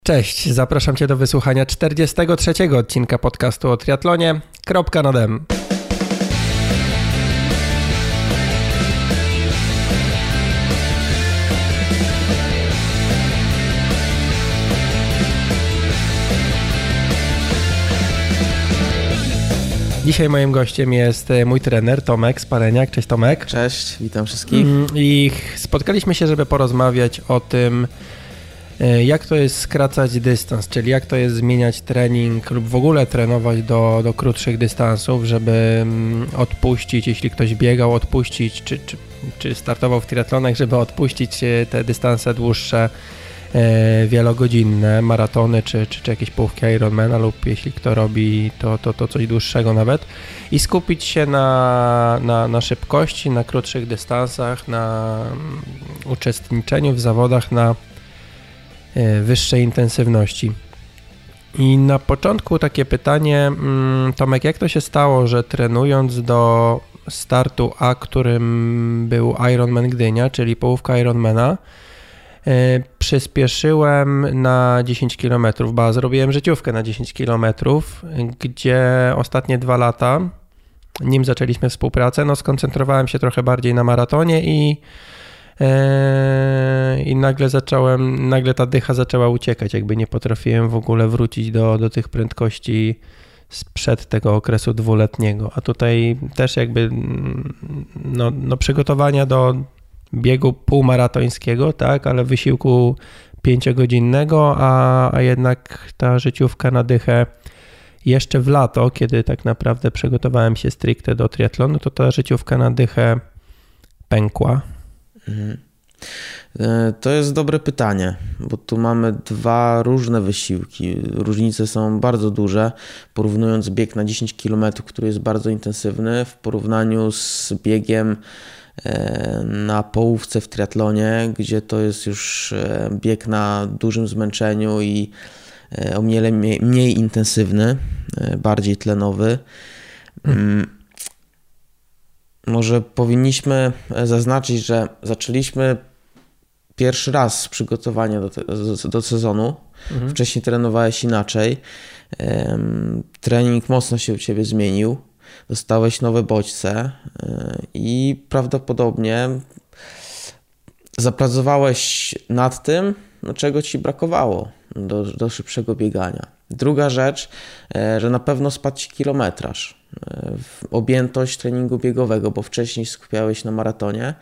Cześć, zapraszam Cię do wysłuchania 43. odcinka podcastu o triatlonie. Kropka nad M. Dzisiaj moim gościem jest mój trener Tomek Spaleniak. Cześć Tomek. Cześć, witam wszystkich. I spotkaliśmy się, żeby porozmawiać o tym, jak to jest skracać dystans, czyli jak to jest zmieniać trening lub w ogóle trenować do krótszych dystansów, żeby odpuścić, jeśli ktoś biegał, odpuścić, czy startował w triatlonach, żeby odpuścić te dystanse dłuższe, wielogodzinne, maratony, czy jakieś połówki Ironmana lub jeśli kto robi to coś dłuższego nawet i skupić się na szybkości, na krótszych dystansach, na uczestniczeniu w zawodach na wyższej intensywności. I na początku takie pytanie, Tomek, jak to się stało, że trenując do startu A, którym był Ironman Gdynia, czyli połówka Ironmana, przyspieszyłem na 10 km, bo zrobiłem życiówkę na 10 km, gdzie ostatnie 2 lata, nim zaczęliśmy współpracę, skoncentrowałem się trochę bardziej na maratonie i nagle ta dycha zaczęła uciekać, jakby nie potrafiłem w ogóle wrócić do tych prędkości sprzed tego okresu dwuletniego, a tutaj też jakby przygotowania do biegu półmaratońskiego, tak, ale wysiłku 5-godzinnego, a jednak ta życiówka na dychę jeszcze w lato, kiedy tak naprawdę przygotowałem się stricte do triatlonu, to ta życiówka na dychę pękła. To jest dobre pytanie, bo tu mamy 2 różne wysiłki. Różnice są bardzo duże, porównując bieg na 10 km, który jest bardzo intensywny, w porównaniu z biegiem na połówce w triatlonie, gdzie to jest już bieg na dużym zmęczeniu i o mniej intensywny, bardziej tlenowy. Może powinniśmy zaznaczyć, że zaczęliśmy pierwszy raz przygotowania do sezonu. Wcześniej trenowałeś inaczej. Trening mocno się u Ciebie zmienił. Dostałeś nowe bodźce i prawdopodobnie zapracowałeś nad tym, czego Ci brakowało do szybszego biegania. Druga rzecz, że na pewno spadł Ci kilometraż, objętość treningu biegowego, bo wcześniej skupiałeś na maratonie.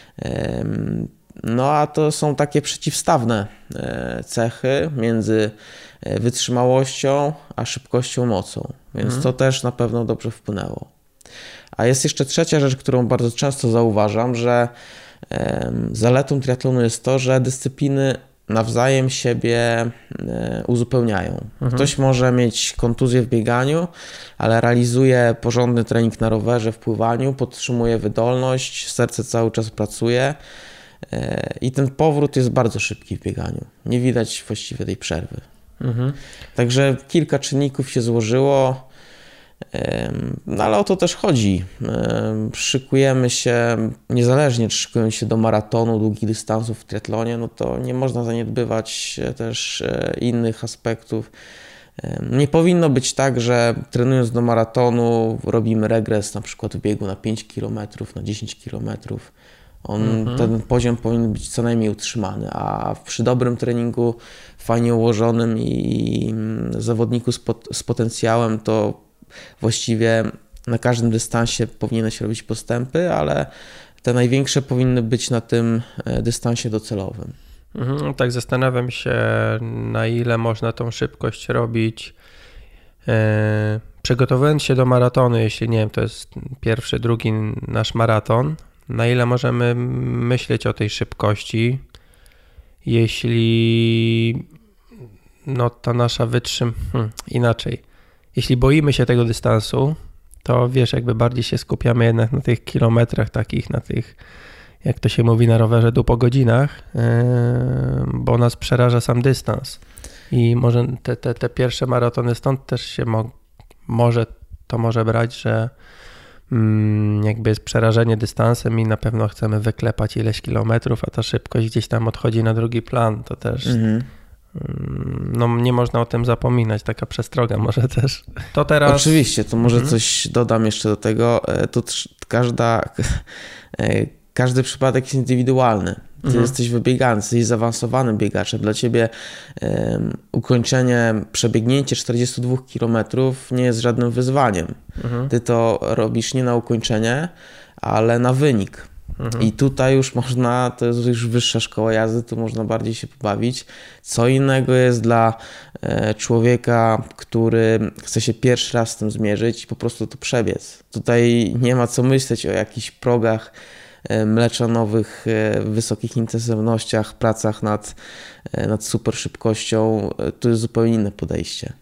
A to są takie przeciwstawne cechy między wytrzymałością a szybkością, mocą, więc to też na pewno dobrze wpłynęło. A jest jeszcze trzecia rzecz, którą bardzo często zauważam, że zaletą triatlonu jest to, że dyscypliny nawzajem siebie uzupełniają. Ktoś może mieć kontuzję w bieganiu, ale realizuje porządny trening na rowerze, w pływaniu, podtrzymuje wydolność, serce cały czas pracuje i ten powrót jest bardzo szybki w bieganiu. Nie widać właściwie tej przerwy. Także kilka czynników się złożyło, ale o to też chodzi. Szykujemy się, niezależnie czy szykujemy się do maratonu, długich dystansów w triatlonie, to nie można zaniedbywać też innych aspektów. Nie powinno być tak, że trenując do maratonu robimy regres na przykład w biegu na 5 km, na 10 km. Ten poziom powinien być co najmniej utrzymany, a przy dobrym treningu, fajnie ułożonym i zawodniku z potencjałem, to właściwie na każdym dystansie powinieneś robić postępy, ale te największe powinny być na tym dystansie docelowym. Tak, zastanawiam się, na ile można tą szybkość robić, przygotowując się do maratonu, jeśli nie wiem, to jest pierwszy, drugi nasz maraton, na ile możemy myśleć o tej szybkości, jeśli ta nasza inaczej. Jeśli boimy się tego dystansu, to wiesz, jakby bardziej się skupiamy jednak na tych kilometrach takich, na tych, jak to się mówi na rowerze, po godzinach, bo nas przeraża sam dystans. I może te pierwsze maratony stąd też się może brać, że jakby jest przerażenie dystansem i na pewno chcemy wyklepać ileś kilometrów, a ta szybkość gdzieś tam odchodzi na drugi plan. To też No nie można o tym zapominać, taka przestroga może też. To teraz... Oczywiście, to może coś dodam jeszcze do tego. Tu każdy przypadek jest indywidualny. Ty jesteś wybiegany, jesteś zaawansowanym biegaczem. Dla ciebie przebiegnięcie 42 km nie jest żadnym wyzwaniem. Ty to robisz nie na ukończenie, ale na wynik. I tutaj już można, to jest już wyższa szkoła jazdy, tu można bardziej się pobawić. Co innego jest dla człowieka, który chce się pierwszy raz z tym zmierzyć i po prostu to przebiec. Tutaj nie ma co myśleć o jakichś progach mleczanowych, wysokich intensywnościach, pracach nad super szybkością. Tu jest zupełnie inne podejście.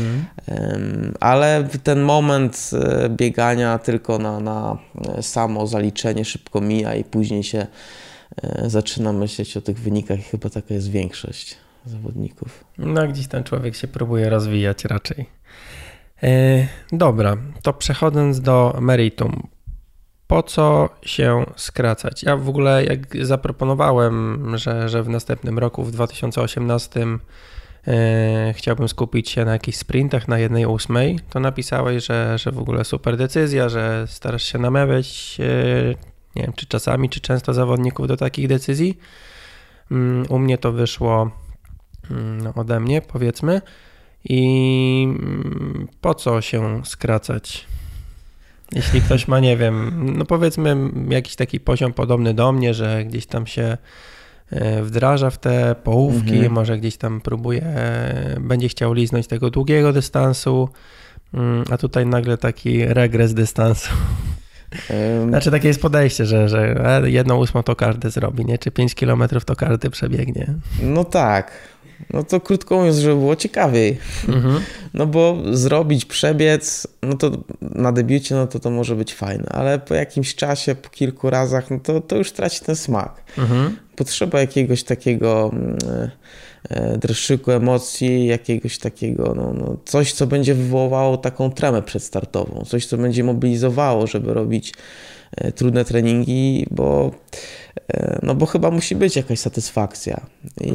Ale ten moment biegania tylko na samo zaliczenie szybko mija i później się zaczyna myśleć o tych wynikach i chyba taka jest większość zawodników. No gdzieś ten człowiek się próbuje rozwijać raczej. Dobra, to przechodząc do meritum. Po co się skracać? Ja w ogóle jak zaproponowałem, że w następnym roku, w 2018 chciałbym skupić się na jakichś sprintach na 1/8, to napisałeś, że w ogóle super decyzja, że starasz się namawiać, nie wiem, czy czasami, czy często zawodników do takich decyzji. U mnie to wyszło ode mnie, powiedzmy. I po co się skracać? Jeśli ktoś ma, nie wiem, no powiedzmy jakiś taki poziom podobny do mnie, że gdzieś tam się wdraża w te połówki, może gdzieś tam próbuje, będzie chciał liznąć tego długiego dystansu, a tutaj nagle taki regres dystansu. Znaczy takie jest podejście, że 1/8 to każdy zrobi, nie? Czy 5 km to każdy przebiegnie. No tak. No to krótko mówiąc, żeby było ciekawiej. No bo zrobić przebiec, no to na debiucie, no to może być fajne, ale po jakimś czasie, po kilku razach, no to już traci ten smak. Potrzeba jakiegoś takiego dreszczyku emocji, jakiegoś takiego, coś, co będzie wywoływało taką tremę przedstartową, coś, co będzie mobilizowało, żeby robić trudne treningi, bo chyba musi być jakaś satysfakcja. I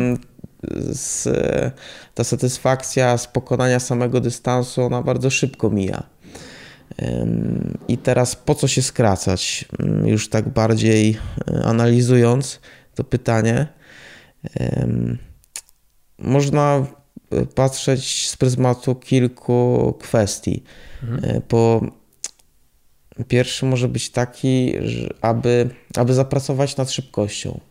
ta satysfakcja z pokonania samego dystansu, ona bardzo szybko mija. I teraz po co się skracać? Już tak bardziej analizując to pytanie, można patrzeć z pryzmatu kilku kwestii. Pierwszy może być taki, że aby zapracować nad szybkością.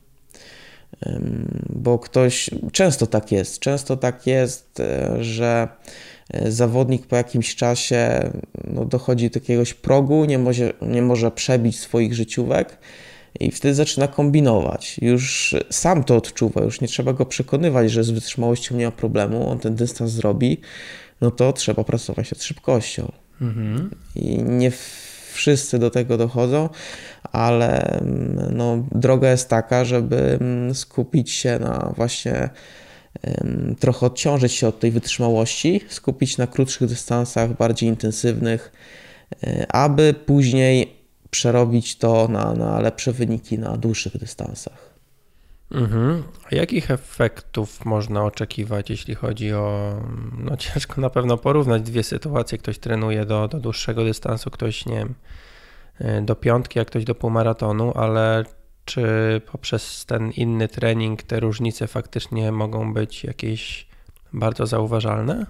Bo często tak jest, że zawodnik po jakimś czasie dochodzi do jakiegoś progu, nie może przebić swoich życiówek i wtedy zaczyna kombinować. Już sam to odczuwa, już nie trzeba go przekonywać, że z wytrzymałością nie ma problemu, on ten dystans zrobi, no to trzeba pracować nad szybkością. I nie wszyscy do tego dochodzą, ale droga jest taka, żeby skupić się na właśnie trochę odciążyć się od tej wytrzymałości, skupić na krótszych dystansach, bardziej intensywnych, aby później przerobić to na lepsze wyniki na dłuższych dystansach. A jakich efektów można oczekiwać, jeśli chodzi o, ciężko na pewno porównać dwie sytuacje, ktoś trenuje do dłuższego dystansu, ktoś, nie wiem, do piątki, a ktoś do półmaratonu, ale czy poprzez ten inny trening te różnice faktycznie mogą być jakieś bardzo zauważalne?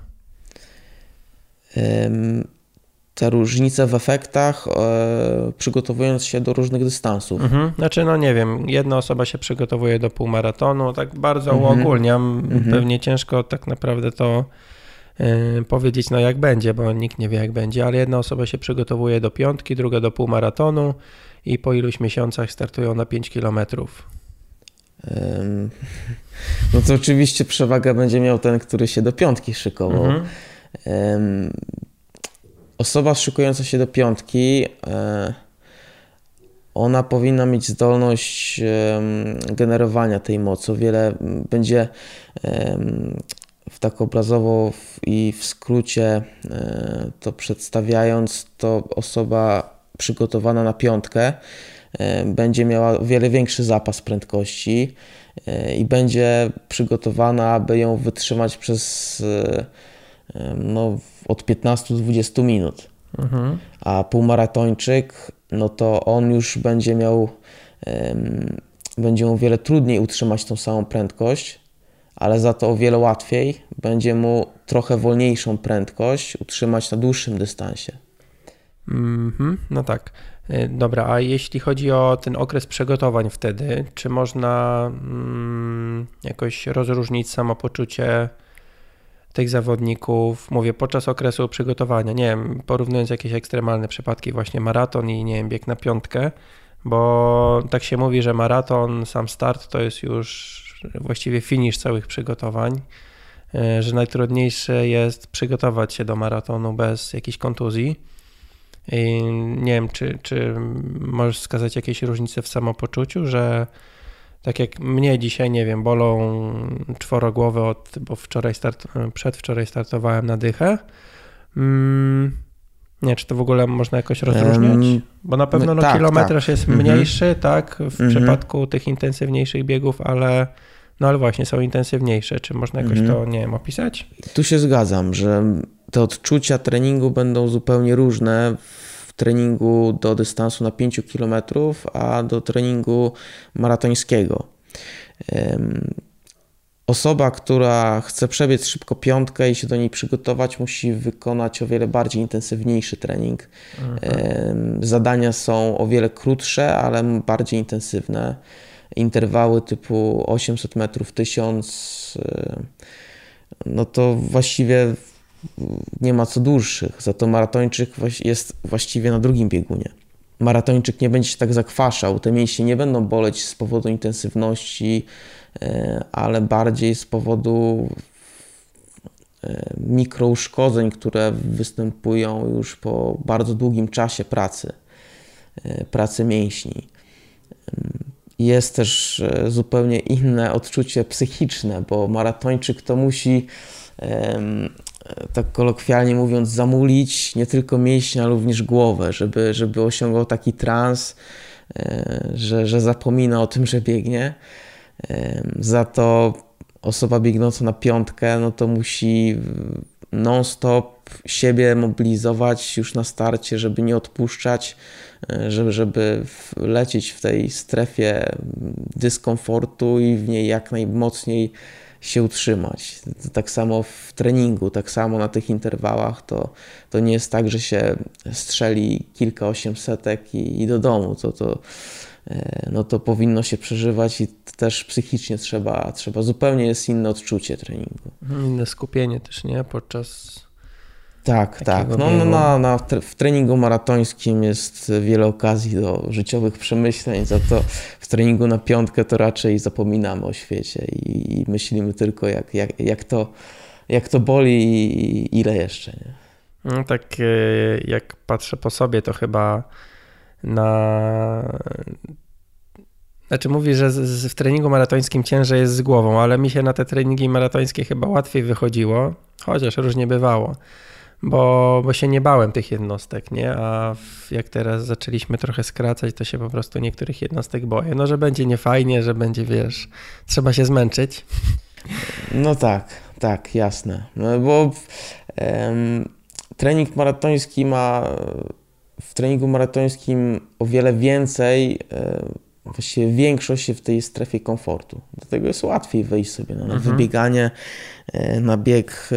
Te różnice w efektach, przygotowując się do różnych dystansów. Znaczy, nie wiem, jedna osoba się przygotowuje do półmaratonu, tak bardzo uogólniam, pewnie ciężko tak naprawdę to powiedzieć, jak będzie, bo nikt nie wie, jak będzie, ale jedna osoba się przygotowuje do piątki, druga do półmaratonu i po iluś miesiącach startują na 5 kilometrów. No to oczywiście przewagę będzie miał ten, który się do piątki szykował. Osoba szykująca się do piątki, ona powinna mieć zdolność generowania tej mocy. O wiele będzie, tak obrazowo i w skrócie to przedstawiając, to osoba przygotowana na piątkę będzie miała o wiele większy zapas prędkości i będzie przygotowana, aby ją wytrzymać przez od 15 do 20 minut. A półmaratończyk, no to on już będzie miał o wiele trudniej utrzymać tą samą prędkość, ale za to o wiele łatwiej będzie mu trochę wolniejszą prędkość utrzymać na dłuższym dystansie. No tak. Dobra, a jeśli chodzi o ten okres przygotowań wtedy, czy można jakoś rozróżnić samopoczucie tych zawodników, mówię, podczas okresu przygotowania, nie wiem, porównując jakieś ekstremalne przypadki, właśnie maraton i nie wiem, bieg na 5, bo tak się mówi, że maraton, sam start to jest już właściwie finisz całych przygotowań, że najtrudniejsze jest przygotować się do maratonu bez jakiejś kontuzji. I nie wiem, czy możesz wskazać jakieś różnice w samopoczuciu, że tak jak mnie dzisiaj, nie wiem, bolą czworogłowy, bo przedwczoraj startowałem na dychę. Nie, czy to w ogóle można jakoś rozróżniać? Bo na pewno tak, kilometraż jest mniejszy, tak, w przypadku tych intensywniejszych biegów, ale właśnie są intensywniejsze. Czy można jakoś to, nie wiem, opisać? Tu się zgadzam, że te odczucia treningu będą zupełnie różne w treningu do dystansu na 5 km, a do treningu maratońskiego. Osoba, która chce przebiec szybko 5 i się do niej przygotować, musi wykonać o wiele bardziej intensywniejszy trening. Zadania są o wiele krótsze, ale bardziej intensywne. Interwały typu 800 metrów, 1000, no to właściwie nie ma co dłuższych. Za to maratończyk jest właściwie na drugim biegunie. Maratończyk nie będzie się tak zakwaszał, te mięśnie nie będą boleć z powodu intensywności, ale bardziej z powodu mikrouszkodzeń, które występują już po bardzo długim czasie pracy mięśni. Jest też zupełnie inne odczucie psychiczne, bo maratończyk to musi, tak kolokwialnie mówiąc, zamulić nie tylko mięśnie, ale również głowę, żeby osiągał taki trans, że zapomina o tym, że biegnie. Za to osoba biegnąca na 5, no to musi non-stop siebie mobilizować już na starcie, żeby nie odpuszczać, żeby lecieć w tej strefie dyskomfortu i w niej jak najmocniej się utrzymać. Tak samo w treningu, tak samo na tych interwałach, to nie jest tak, że się strzeli kilka 800 i do domu. To powinno się przeżywać i też psychicznie trzeba zupełnie jest inne odczucie treningu. Inne skupienie też, nie? Podczas Tak. W treningu maratońskim jest wiele okazji do życiowych przemyśleń, za to w treningu na 5 to raczej zapominamy o świecie i myślimy tylko jak to boli i ile jeszcze. Nie? No tak jak patrzę po sobie, to chyba Znaczy mówi, że w treningu maratońskim ciężej jest z głową, ale mi się na te treningi maratońskie chyba łatwiej wychodziło, chociaż różnie bywało, bo się nie bałem tych jednostek, nie? A jak teraz zaczęliśmy trochę skracać, to się po prostu niektórych jednostek boję. No, że będzie niefajnie, że będzie, trzeba się zmęczyć. No tak, jasne. No, bo trening maratoński w treningu maratońskim o wiele więcej, właściwie większość się w tej strefie komfortu. Dlatego jest łatwiej wejść sobie na wybieganie, na bieg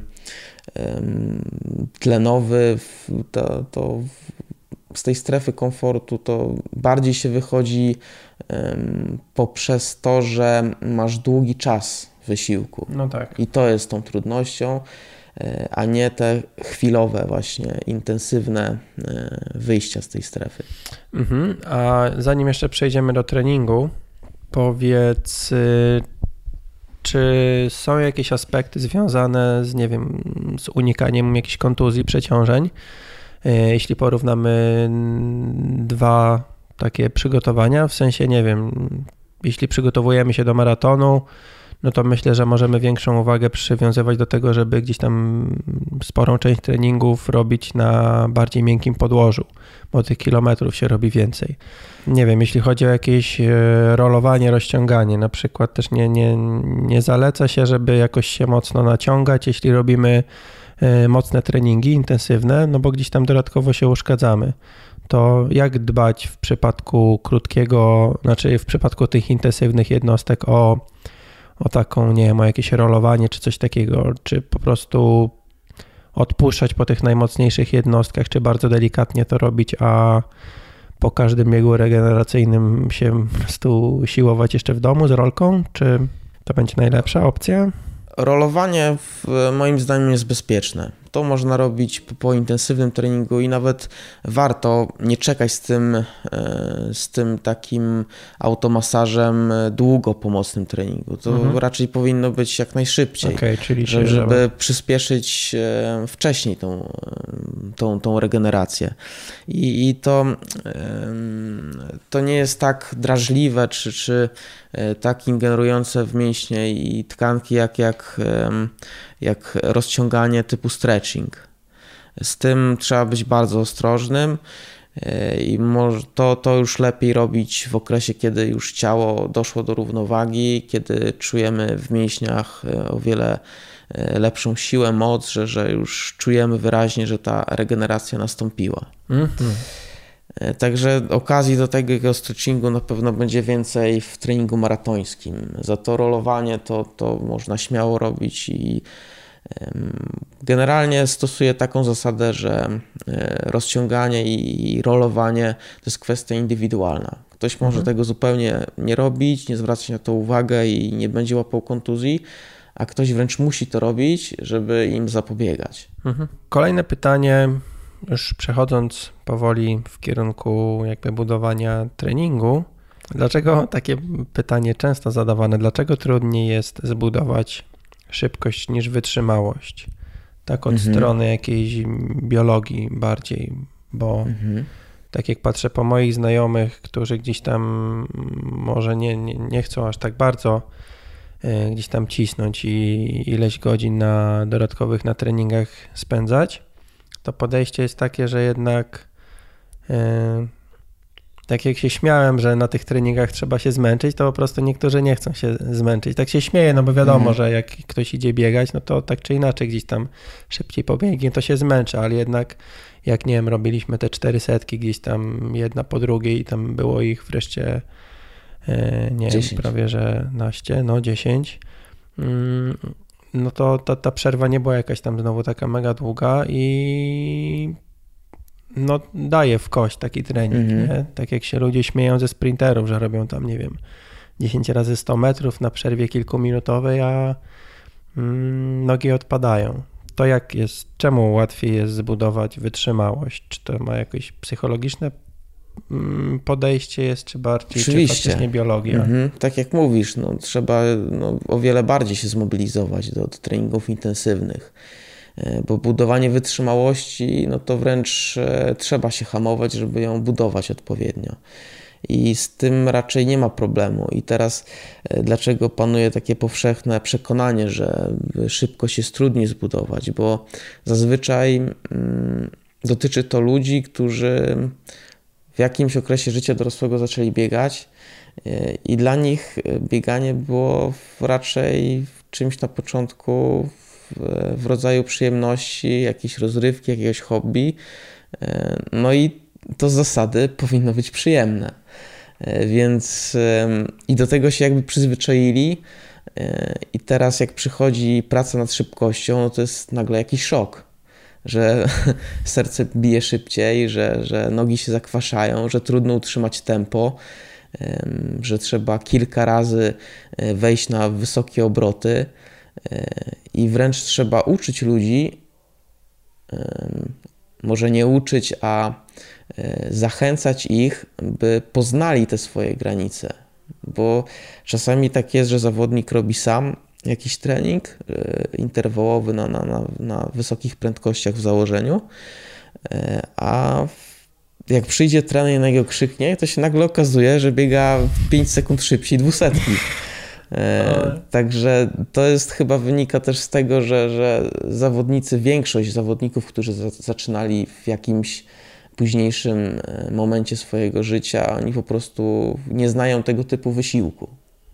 tlenowy. To z tej strefy komfortu to bardziej się wychodzi poprzez to, że masz długi czas wysiłku. No tak. I to jest tą trudnością, a nie te chwilowe właśnie, intensywne wyjścia z tej strefy. A zanim jeszcze przejdziemy do treningu, powiedz, czy są jakieś aspekty związane z, nie wiem, z unikaniem jakichś kontuzji, przeciążeń? Jeśli porównamy dwa takie przygotowania, w sensie, nie wiem, jeśli przygotowujemy się do maratonu, no to myślę, że możemy większą uwagę przywiązywać do tego, żeby gdzieś tam sporą część treningów robić na bardziej miękkim podłożu, bo tych kilometrów się robi więcej. Nie wiem, jeśli chodzi o jakieś rolowanie, rozciąganie, na przykład też nie zaleca się, żeby jakoś się mocno naciągać, jeśli robimy mocne treningi intensywne, no bo gdzieś tam dodatkowo się uszkadzamy. To jak dbać w przypadku w przypadku tych intensywnych jednostek o taką, nie wiem, o jakieś rolowanie czy coś takiego, czy po prostu odpuszczać po tych najmocniejszych jednostkach, czy bardzo delikatnie to robić, a po każdym biegu regeneracyjnym się po prostu siłować jeszcze w domu z rolką, czy to będzie najlepsza opcja? Rolowanie moim zdaniem jest bezpieczne. To można robić po intensywnym treningu i nawet warto nie czekać z tym takim automasażem długo po mocnym treningu. To raczej powinno być jak najszybciej, czyli żeby przyspieszyć wcześniej tą regenerację. I to nie jest tak drażliwe czy tak ingerujące w mięśnie i tkanki jak rozciąganie typu stretching. Z tym trzeba być bardzo ostrożnym i to już lepiej robić w okresie, kiedy już ciało doszło do równowagi, kiedy czujemy w mięśniach o wiele lepszą siłę, moc, że już czujemy wyraźnie, że ta regeneracja nastąpiła. Także okazji do tego stretchingu na pewno będzie więcej w treningu maratońskim. Za to rolowanie to można śmiało robić i generalnie stosuję taką zasadę, że rozciąganie i rolowanie to jest kwestia indywidualna. Ktoś może tego zupełnie nie robić, nie zwracać na to uwagę i nie będzie łapał kontuzji, a ktoś wręcz musi to robić, żeby im zapobiegać. Kolejne pytanie, już przechodząc powoli w kierunku jakby budowania treningu. Dlaczego, takie pytanie często zadawane, dlaczego trudniej jest zbudować szybkość niż wytrzymałość? Tak od strony jakiejś biologii bardziej, bo tak jak patrzę po moich znajomych, którzy gdzieś tam może nie chcą aż tak bardzo gdzieś tam cisnąć i ileś godzin dodatkowych na treningach spędzać, to podejście jest takie, że jednak tak jak się śmiałem, że na tych treningach trzeba się zmęczyć, to po prostu niektórzy nie chcą się zmęczyć. Tak się śmieję, no bo wiadomo, że jak ktoś idzie biegać, no to tak czy inaczej gdzieś tam szybciej pobiegnie, to się zmęczy, ale jednak jak nie wiem, robiliśmy te 400 gdzieś tam jedna po drugiej i tam było ich wreszcie nie 10. Wiem, prawie że 10. No to ta przerwa nie była jakaś tam znowu taka mega długa i no daje w kość taki trening, nie? Tak jak się ludzie śmieją ze sprinterów, że robią tam, nie wiem, 10 razy 100 metrów na przerwie kilkuminutowej, a nogi odpadają. To jak jest, czemu łatwiej jest zbudować wytrzymałość? Czy to ma jakieś psychologiczne podejście jest, czy bardziej, czy faktycznie biologia? Tak jak mówisz, trzeba o wiele bardziej się zmobilizować do treningów intensywnych, bo budowanie wytrzymałości, to wręcz trzeba się hamować, żeby ją budować odpowiednio. I z tym raczej nie ma problemu. I teraz dlaczego panuje takie powszechne przekonanie, że szybkość jest trudniej zbudować, bo zazwyczaj dotyczy to ludzi, którzy w jakimś okresie życia dorosłego zaczęli biegać i dla nich bieganie było raczej czymś na początku w rodzaju przyjemności, jakiejś rozrywki, jakiegoś hobby. No i to z zasady powinno być przyjemne. Więc i do tego się jakby przyzwyczaili i teraz jak przychodzi praca nad szybkością, to jest nagle jakiś szok, że serce bije szybciej, że nogi się zakwaszają, że trudno utrzymać tempo, że trzeba kilka razy wejść na wysokie obroty i wręcz trzeba uczyć ludzi, może nie uczyć, a zachęcać ich, by poznali te swoje granice, bo czasami tak jest, że zawodnik robi sam jakiś trening interwałowy na wysokich prędkościach w założeniu, a jak przyjdzie trener i na niego krzyknie, to się nagle okazuje, że biega 5 sekund szybciej 200. Także to jest chyba wynika też z tego, że zawodnicy, większość zawodników, którzy zaczynali w jakimś późniejszym momencie swojego życia, oni po prostu nie znają tego typu wysiłku.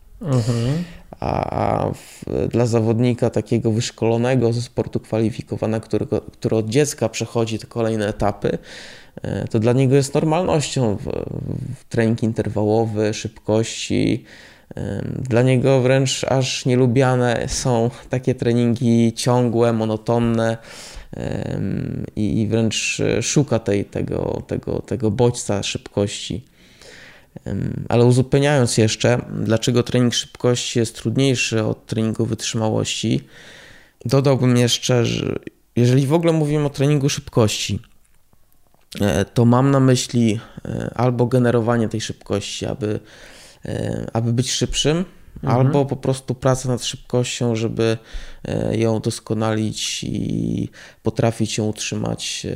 A dla zawodnika takiego wyszkolonego ze sportu kwalifikowanego, który od dziecka przechodzi te kolejne etapy, to dla niego jest normalnością trening interwałowy, szybkości. Dla niego wręcz aż nielubiane są takie treningi ciągłe, monotonne i wręcz szuka tego bodźca szybkości. Ale uzupełniając jeszcze, dlaczego trening szybkości jest trudniejszy od treningu wytrzymałości, dodałbym jeszcze, że jeżeli w ogóle mówimy o treningu szybkości, to mam na myśli albo generowanie tej szybkości, aby być szybszym, albo po prostu praca nad szybkością, żeby ją doskonalić i potrafić ją utrzymać.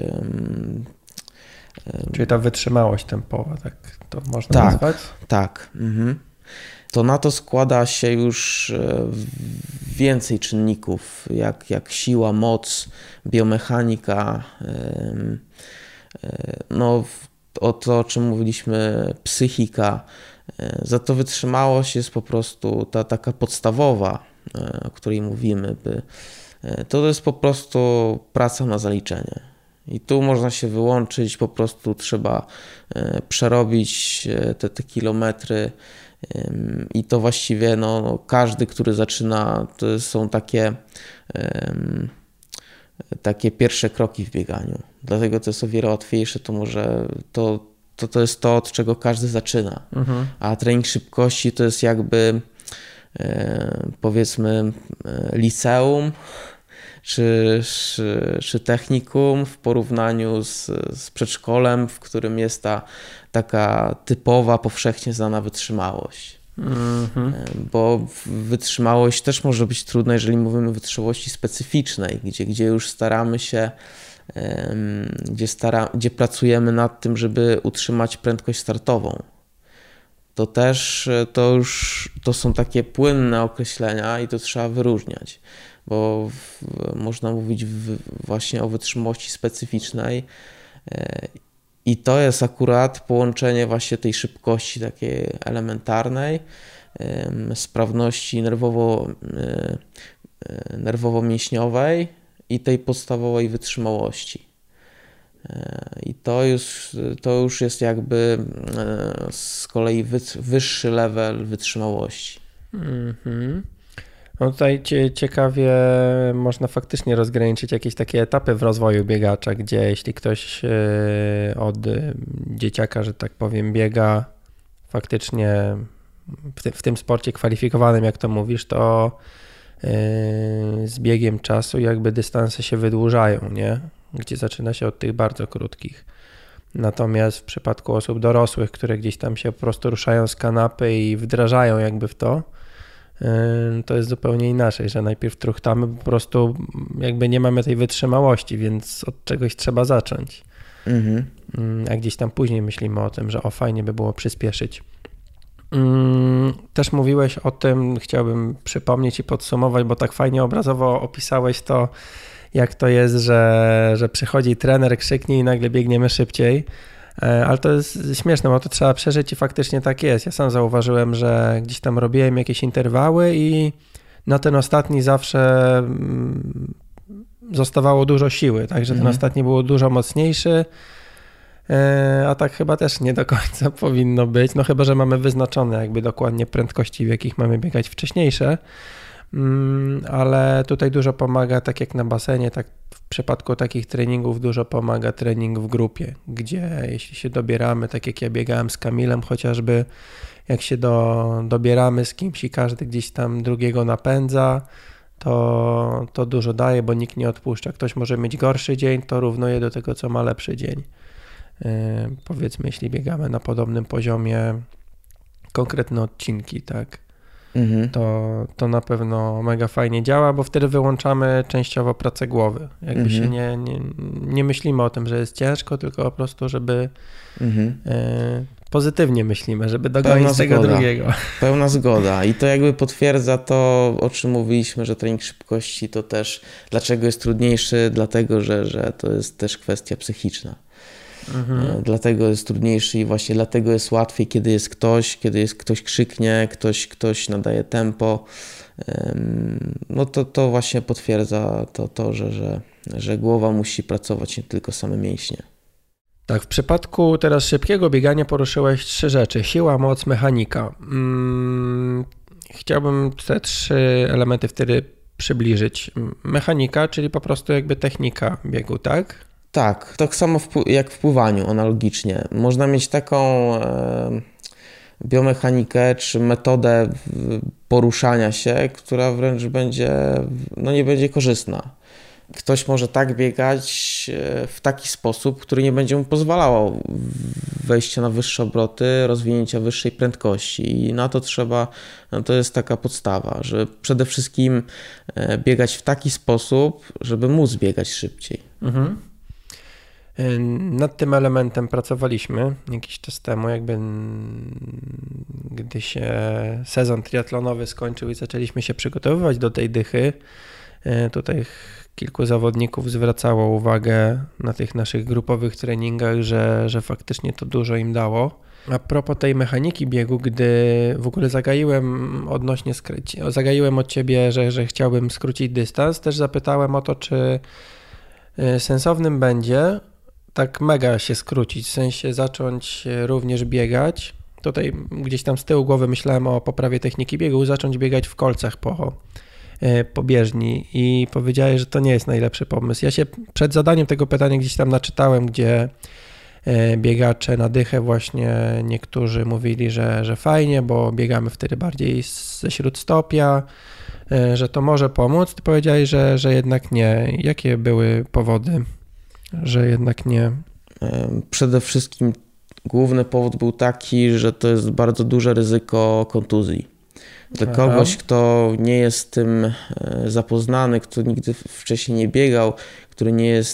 Czyli ta wytrzymałość tempowa, tak to można nazwać? Tak. To na to składa się już więcej czynników, jak siła, moc, biomechanika, to, o czym mówiliśmy, psychika. Za to wytrzymałość jest po prostu ta taka podstawowa, o której mówimy. To jest po prostu praca na zaliczenie. I tu można się wyłączyć, po prostu trzeba przerobić te kilometry i to właściwie każdy, który zaczyna, to są takie pierwsze kroki w bieganiu. Dlatego to jest o wiele łatwiejsze, to jest to, od czego każdy zaczyna. A trening szybkości to jest jakby powiedzmy liceum czy technikum w porównaniu z przedszkolem, w którym jest ta taka typowa, powszechnie znana wytrzymałość. Bo wytrzymałość też może być trudna, jeżeli mówimy o wytrzymałości specyficznej, gdzie już staramy się, gdzie pracujemy nad tym, żeby utrzymać prędkość startową. To są takie płynne określenia i to trzeba wyróżniać, bo można mówić właśnie o wytrzymałości specyficznej i to jest akurat połączenie właśnie tej szybkości takiej elementarnej, sprawności nerwowo-mięśniowej i tej podstawowej wytrzymałości. I to już jest jakby z kolei wyższy level wytrzymałości. No tutaj ciekawie można faktycznie rozgraniczyć jakieś takie etapy w rozwoju biegacza, gdzie jeśli ktoś od dzieciaka, że tak powiem, biega faktycznie w tym sporcie kwalifikowanym, jak to mówisz, to z biegiem czasu jakby dystanse się wydłużają, nie? Gdzie zaczyna się od tych bardzo krótkich. Natomiast w przypadku osób dorosłych, które gdzieś tam się po prostu ruszają z kanapy i wdrażają jakby w to jest zupełnie inaczej, że najpierw truchtamy, po prostu jakby nie mamy tej wytrzymałości, więc od czegoś trzeba zacząć. A gdzieś tam później myślimy o tym, że fajnie by było przyspieszyć. Też mówiłeś o tym, chciałbym przypomnieć i podsumować, bo tak fajnie obrazowo opisałeś to, jak to jest, że przychodzi trener, krzyknie i nagle biegniemy szybciej. Ale to jest śmieszne, bo to trzeba przeżyć i faktycznie tak jest. Ja sam zauważyłem, że gdzieś tam robiłem jakieś interwały i na ten ostatni zawsze zostawało dużo siły, także ten ostatni był dużo mocniejszy, a tak chyba też nie do końca powinno być, no chyba że mamy wyznaczone jakby dokładnie prędkości, w jakich mamy biegać wcześniejsze, ale tutaj dużo pomaga, tak jak na basenie, tak w przypadku takich treningów dużo pomaga trening w grupie, gdzie jeśli się dobieramy, tak jak ja biegałem z Kamilem chociażby, jak się dobieramy z kimś i każdy gdzieś tam drugiego napędza, to dużo daje, bo nikt nie odpuszcza. Ktoś może mieć gorszy dzień, to równuje do tego, co ma lepszy dzień. Powiedzmy, jeśli biegamy na podobnym poziomie, konkretne odcinki, tak, to na pewno mega fajnie działa, bo wtedy wyłączamy częściowo pracę głowy. Jakby się nie myślimy o tym, że jest ciężko, tylko po prostu, żeby pozytywnie myślimy, żeby dogonić tego drugiego. Pełna zgoda i to jakby potwierdza to, o czym mówiliśmy, że trening szybkości to też, dlaczego jest trudniejszy, dlatego, że to jest też kwestia psychiczna. Dlatego jest trudniejszy i właśnie dlatego jest łatwiej, kiedy ktoś krzyknie, ktoś nadaje tempo. No to właśnie potwierdza to, że głowa musi pracować, nie tylko same mięśnie. Tak, w przypadku teraz szybkiego biegania poruszyłeś 3 rzeczy. Siła, moc, mechanika. Chciałbym te 3 elementy wtedy przybliżyć. Mechanika, czyli po prostu jakby technika biegu, tak? Tak, tak samo jak w pływaniu, analogicznie. Można mieć taką biomechanikę czy metodę poruszania się, która wręcz nie będzie korzystna. Ktoś może tak biegać w taki sposób, który nie będzie mu pozwalał wejścia na wyższe obroty, rozwinięcia wyższej prędkości i na to to jest taka podstawa, że przede wszystkim biegać w taki sposób, żeby móc biegać szybciej. Nad tym elementem pracowaliśmy jakiś czas temu, gdy się sezon triatlonowy skończył i zaczęliśmy się przygotowywać do tej dychy. Tutaj kilku zawodników zwracało uwagę na tych naszych grupowych treningach, że faktycznie to dużo im dało. A propos tej mechaniki biegu, gdy w ogóle zagaiłem od Ciebie, że chciałbym skrócić dystans, też zapytałem o to, czy sensownym będzie tak mega się skrócić, w sensie zacząć również biegać. Tutaj gdzieś tam z tyłu głowy myślałem o poprawie techniki biegu, zacząć biegać w kolcach po bieżni i powiedziałeś, że to nie jest najlepszy pomysł. Ja się przed zadaniem tego pytania gdzieś tam naczytałem, gdzie biegacze na dychę właśnie niektórzy mówili, że fajnie, bo biegamy wtedy bardziej ze śródstopia, że to może pomóc. Ty powiedziałeś, że jednak nie. Jakie były powody, że jednak nie? Przede wszystkim główny powód był taki, że to jest bardzo duże ryzyko kontuzji. Dla kogoś, kto nie jest tym zapoznany, kto nigdy wcześniej nie biegał, który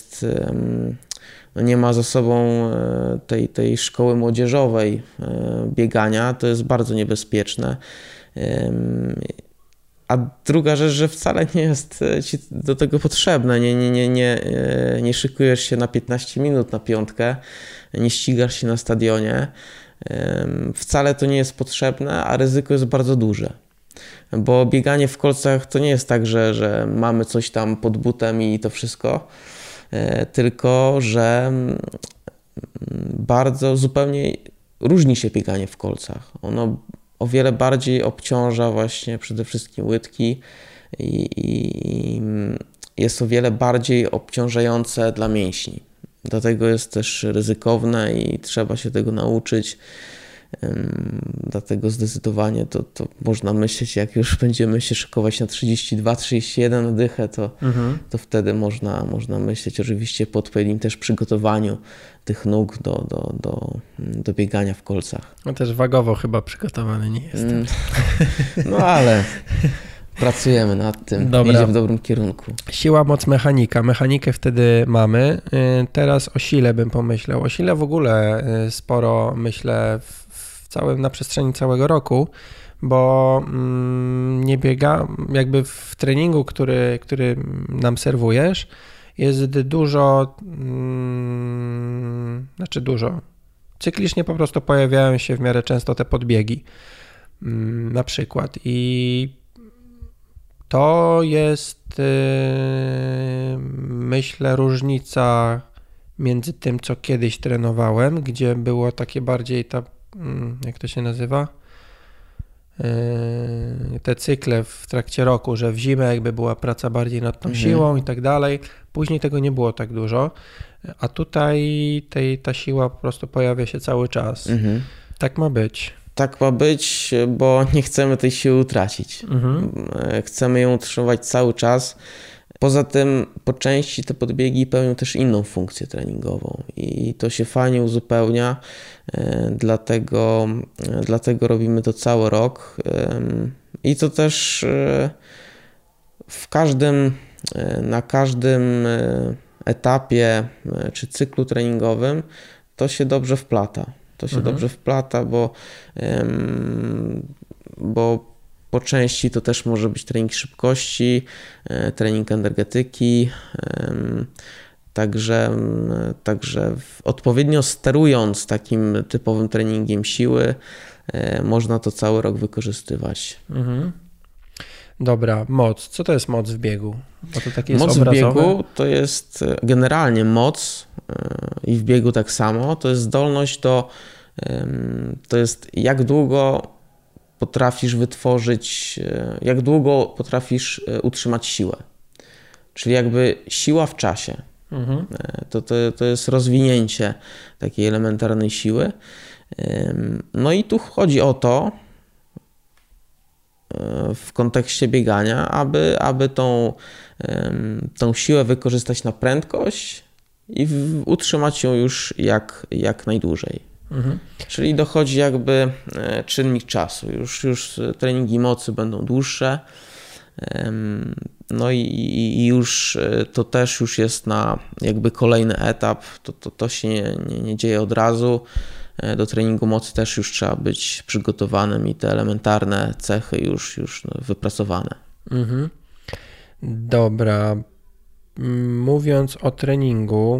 nie ma za sobą tej szkoły młodzieżowej biegania, to jest bardzo niebezpieczne. A druga rzecz, że wcale nie jest ci do tego potrzebne. Nie szykujesz się na 15 minut na piątkę, nie ścigasz się na stadionie. Wcale to nie jest potrzebne, a ryzyko jest bardzo duże. Bo bieganie w kolcach to nie jest tak, że mamy coś tam pod butem i to wszystko, tylko że bardzo zupełnie różni się bieganie w kolcach. Ono o wiele bardziej obciąża właśnie przede wszystkim łydki i jest o wiele bardziej obciążające dla mięśni. Dlatego jest też ryzykowne i trzeba się tego nauczyć. Dlatego zdecydowanie to można myśleć, jak już będziemy się szykować na 32-31 na dychę, to wtedy można myśleć oczywiście po odpowiednim też przygotowaniu tych nóg do biegania w kolcach. No też wagowo chyba przygotowany nie jestem. No ale pracujemy nad tym. Dobra. Idzie w dobrym kierunku. Siła, moc, mechanika. Mechanikę wtedy mamy. Teraz o sile bym pomyślał. O sile w ogóle sporo myślę na przestrzeni całego roku, bo nie biega, jakby w treningu, który nam serwujesz, jest dużo, cyklicznie po prostu pojawiają się w miarę często te podbiegi na przykład i to jest myślę różnica między tym, co kiedyś trenowałem, gdzie było takie bardziej jak to się nazywa? Te cykle w trakcie roku, że w zimę jakby była praca bardziej nad tą siłą i tak dalej. Później tego nie było tak dużo, a tutaj ta siła po prostu pojawia się cały czas. Tak ma być. Tak ma być, bo nie chcemy tej siły utracić. Chcemy ją utrzymywać cały czas. Poza tym po części te podbiegi pełnią też inną funkcję treningową i to się fajnie uzupełnia, dlatego robimy to cały rok i to też na każdym etapie czy cyklu treningowym to się dobrze wplata. To się dobrze wplata, bo po części to też może być trening szybkości, trening energetyki, także odpowiednio sterując takim typowym treningiem siły, można to cały rok wykorzystywać. Dobra, moc. Co to jest moc w biegu? Bo to takie jest moc obrazowe. w biegu to jest generalnie moc i w biegu tak samo, to jest zdolność to jest jak długo potrafisz wytworzyć, jak długo potrafisz utrzymać siłę. Czyli jakby siła w czasie. To jest rozwinięcie takiej elementarnej siły. No i tu chodzi o to, w kontekście biegania, aby tą siłę wykorzystać na prędkość i utrzymać ją już jak najdłużej. Czyli dochodzi jakby czynnik czasu. Już treningi mocy będą dłuższe. No i już to też już jest na jakby kolejny etap. To się nie dzieje od razu. Do treningu mocy też już trzeba być przygotowanym i te elementarne cechy już wypracowane. Dobra. Mówiąc o treningu,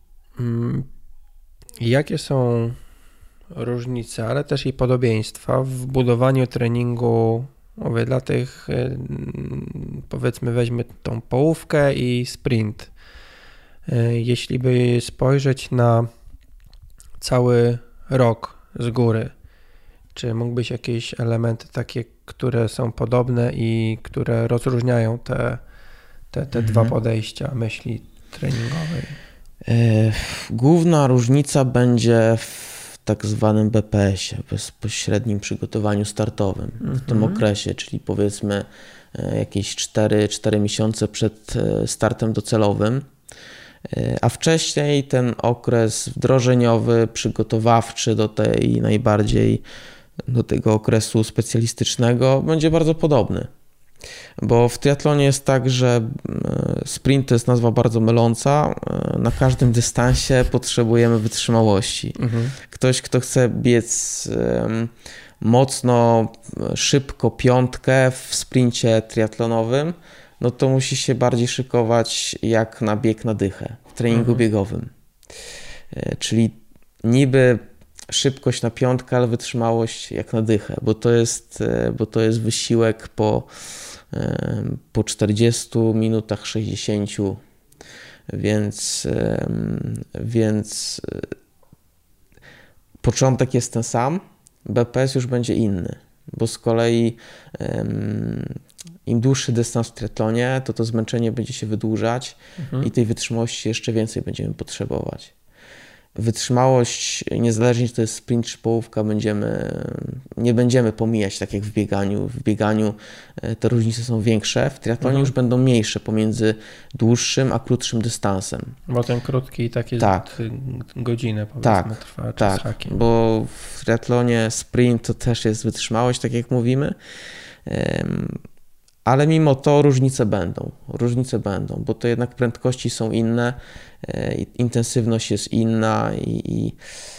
jakie są różnice, ale też i podobieństwa w budowaniu treningu, mówię, dla tych, powiedzmy, weźmy tą połówkę i sprint. Jeśli by spojrzeć na cały rok z góry, czy mógłbyś jakieś elementy takie, które są podobne i które rozróżniają te dwa podejścia myśli treningowej? Główna różnica będzie w tak zwanym BPS-ie, bezpośrednim przygotowaniu startowym, w tym okresie, czyli powiedzmy jakieś 4 miesiące przed startem docelowym, a wcześniej ten okres wdrożeniowy, przygotowawczy do tego okresu specjalistycznego będzie bardzo podobny. Bo w triatlonie jest tak, że sprint to jest nazwa bardzo myląca. Na każdym dystansie potrzebujemy wytrzymałości. Ktoś, kto chce biec mocno, szybko piątkę w sprincie triatlonowym, no to musi się bardziej szykować jak na bieg na dychę w treningu biegowym. Czyli niby szybkość na piątkę, ale wytrzymałość jak na dychę, bo to jest wysiłek po 40 minutach 60, więc początek jest ten sam, BPS już będzie inny, bo z kolei im dłuższy dystans w triatlonie, to zmęczenie będzie się wydłużać i tej wytrzymałości jeszcze więcej będziemy potrzebować. Wytrzymałość, niezależnie czy to jest sprint czy połówka, nie będziemy pomijać, tak jak w bieganiu. W bieganiu te różnice są większe, w triatlonie już będą mniejsze pomiędzy dłuższym a krótszym dystansem. Bo ten krótki taki godzinę powiedzmy trwa, czy z hakiem. Bo w triatlonie sprint to też jest wytrzymałość, tak jak mówimy, ale mimo to różnice będą, bo to jednak prędkości są inne, intensywność jest inna i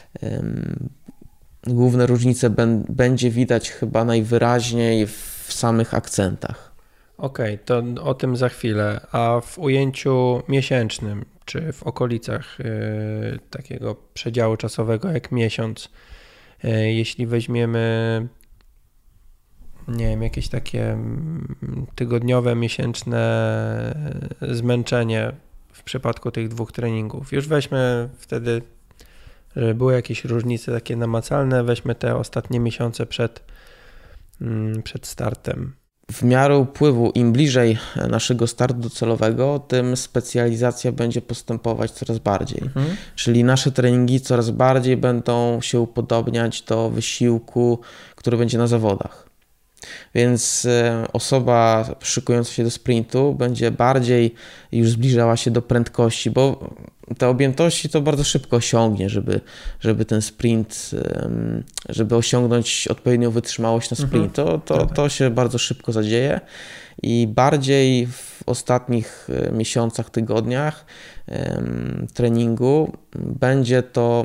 główne różnice będzie widać chyba najwyraźniej w samych akcentach. Okej, to o tym za chwilę. A w ujęciu miesięcznym, czy w okolicach takiego przedziału czasowego jak miesiąc, jeśli weźmiemy, nie wiem, jakieś takie tygodniowe, miesięczne zmęczenie w przypadku tych dwóch treningów. Już weźmy wtedy, żeby były jakieś różnice takie namacalne, weźmy te ostatnie miesiące przed startem. W miarę upływu, im bliżej naszego startu docelowego, tym specjalizacja będzie postępować coraz bardziej. Czyli nasze treningi coraz bardziej będą się upodobniać do wysiłku, który będzie na zawodach. Więc osoba szykująca się do sprintu będzie bardziej już zbliżała się do prędkości, bo te objętości to bardzo szybko osiągnie, żeby ten sprint, żeby osiągnąć odpowiednią wytrzymałość na sprint. To się bardzo szybko zadzieje i bardziej w ostatnich miesiącach, tygodniach treningu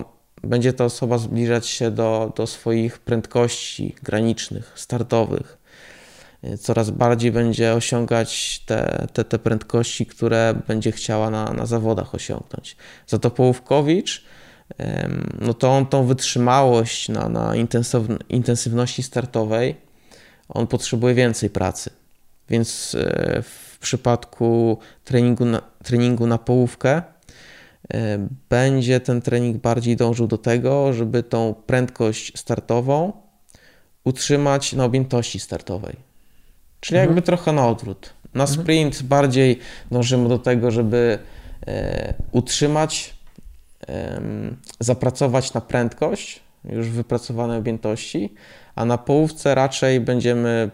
będzie ta osoba zbliżać się do swoich prędkości granicznych, startowych. Coraz bardziej będzie osiągać te prędkości, które będzie chciała na zawodach osiągnąć. Za to Połówkowicz, no to on tą wytrzymałość na intensywności startowej, on potrzebuje więcej pracy. Więc w przypadku treningu na połówkę będzie ten trening bardziej dążył do tego, żeby tą prędkość startową utrzymać na objętości startowej. Czyli jakby trochę na odwrót. Na sprint bardziej dążymy do tego, żeby utrzymać, zapracować na prędkość już wypracowanej objętości, a na połówce raczej będziemy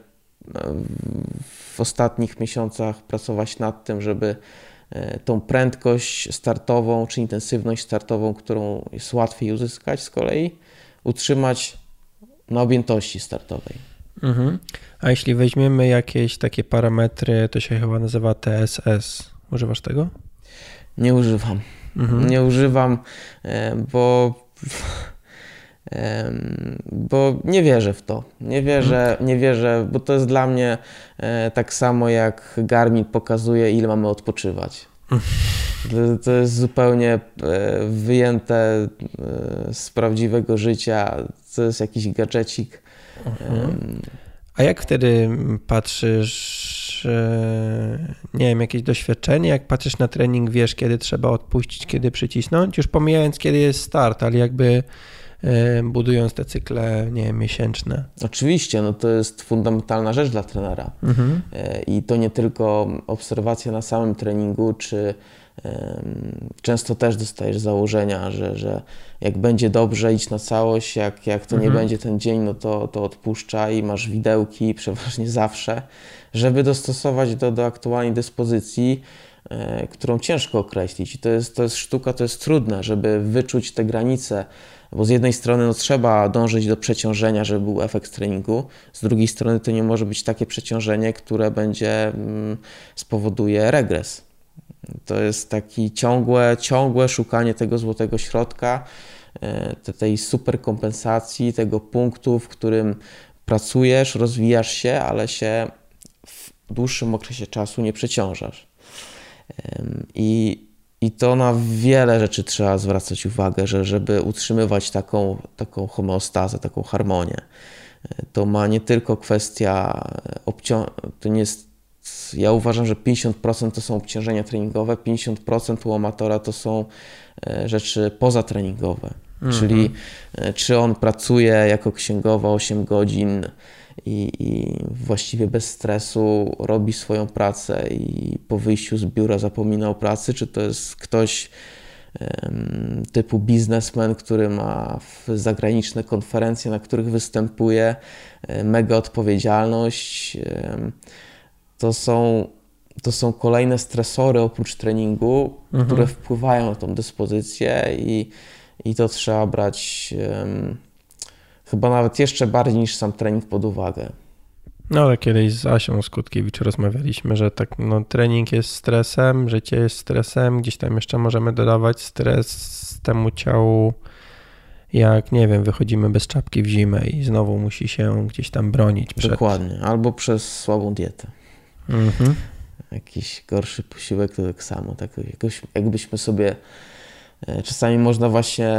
w ostatnich miesiącach pracować nad tym, żeby tą prędkość startową czy intensywność startową, którą jest łatwiej uzyskać z kolei, utrzymać na objętości startowej. A jeśli weźmiemy jakieś takie parametry, to się chyba nazywa TSS. Używasz tego? Nie używam. Nie używam, bo nie wierzę w to. Nie wierzę, bo to jest dla mnie tak samo jak Garmin pokazuje, ile mamy odpoczywać. To jest zupełnie wyjęte z prawdziwego życia. To jest jakiś gadżecik. A jak wtedy patrzysz, nie wiem, jakieś doświadczenie, jak patrzysz na trening, wiesz, kiedy trzeba odpuścić, kiedy przycisnąć, już pomijając, kiedy jest start, ale jakby budując te cykle, nie wiem, miesięczne. Oczywiście, no to jest fundamentalna rzecz dla trenera. I to nie tylko obserwacja na samym treningu, czy często też dostajesz założenia, że jak będzie dobrze, idź na całość, jak to nie będzie ten dzień, no to odpuszczaj i masz widełki przeważnie zawsze, żeby dostosować do aktualnej dyspozycji, którą ciężko określić. I to jest sztuka, to jest trudne, żeby wyczuć te granice, bo z jednej strony no, trzeba dążyć do przeciążenia, żeby był efekt treningu, z drugiej strony to nie może być takie przeciążenie, które spowoduje regres. To jest takie ciągłe szukanie tego złotego środka, tej super kompensacji, tego punktu, w którym pracujesz, rozwijasz się, ale się w dłuższym okresie czasu nie przeciążasz. I to na wiele rzeczy trzeba zwracać uwagę, żeby utrzymywać taką homeostazę, taką harmonię. To ma nie tylko kwestia to nie jest. Ja uważam, że 50% to są obciążenia treningowe, 50% u amatora to są rzeczy pozatreningowe. Czyli czy on pracuje jako księgowa 8 godzin i właściwie bez stresu robi swoją pracę i po wyjściu z biura zapomina o pracy, czy to jest ktoś typu biznesmen, który ma zagraniczne konferencje, na których występuje, mega odpowiedzialność. To są kolejne stresory oprócz treningu, które wpływają na tą dyspozycję i to trzeba brać chyba nawet jeszcze bardziej niż sam trening pod uwagę. No ale kiedyś z Asią Skutkiewicz rozmawialiśmy, że tak, no, trening jest stresem, życie jest stresem, gdzieś tam jeszcze możemy dodawać stres temu ciału, jak nie wiem, wychodzimy bez czapki w zimę i znowu musi się gdzieś tam bronić przed... Dokładnie, albo przez słabą dietę. Jakiś gorszy posiłek to tak samo, tak jakoś, jakbyśmy sobie czasami można właśnie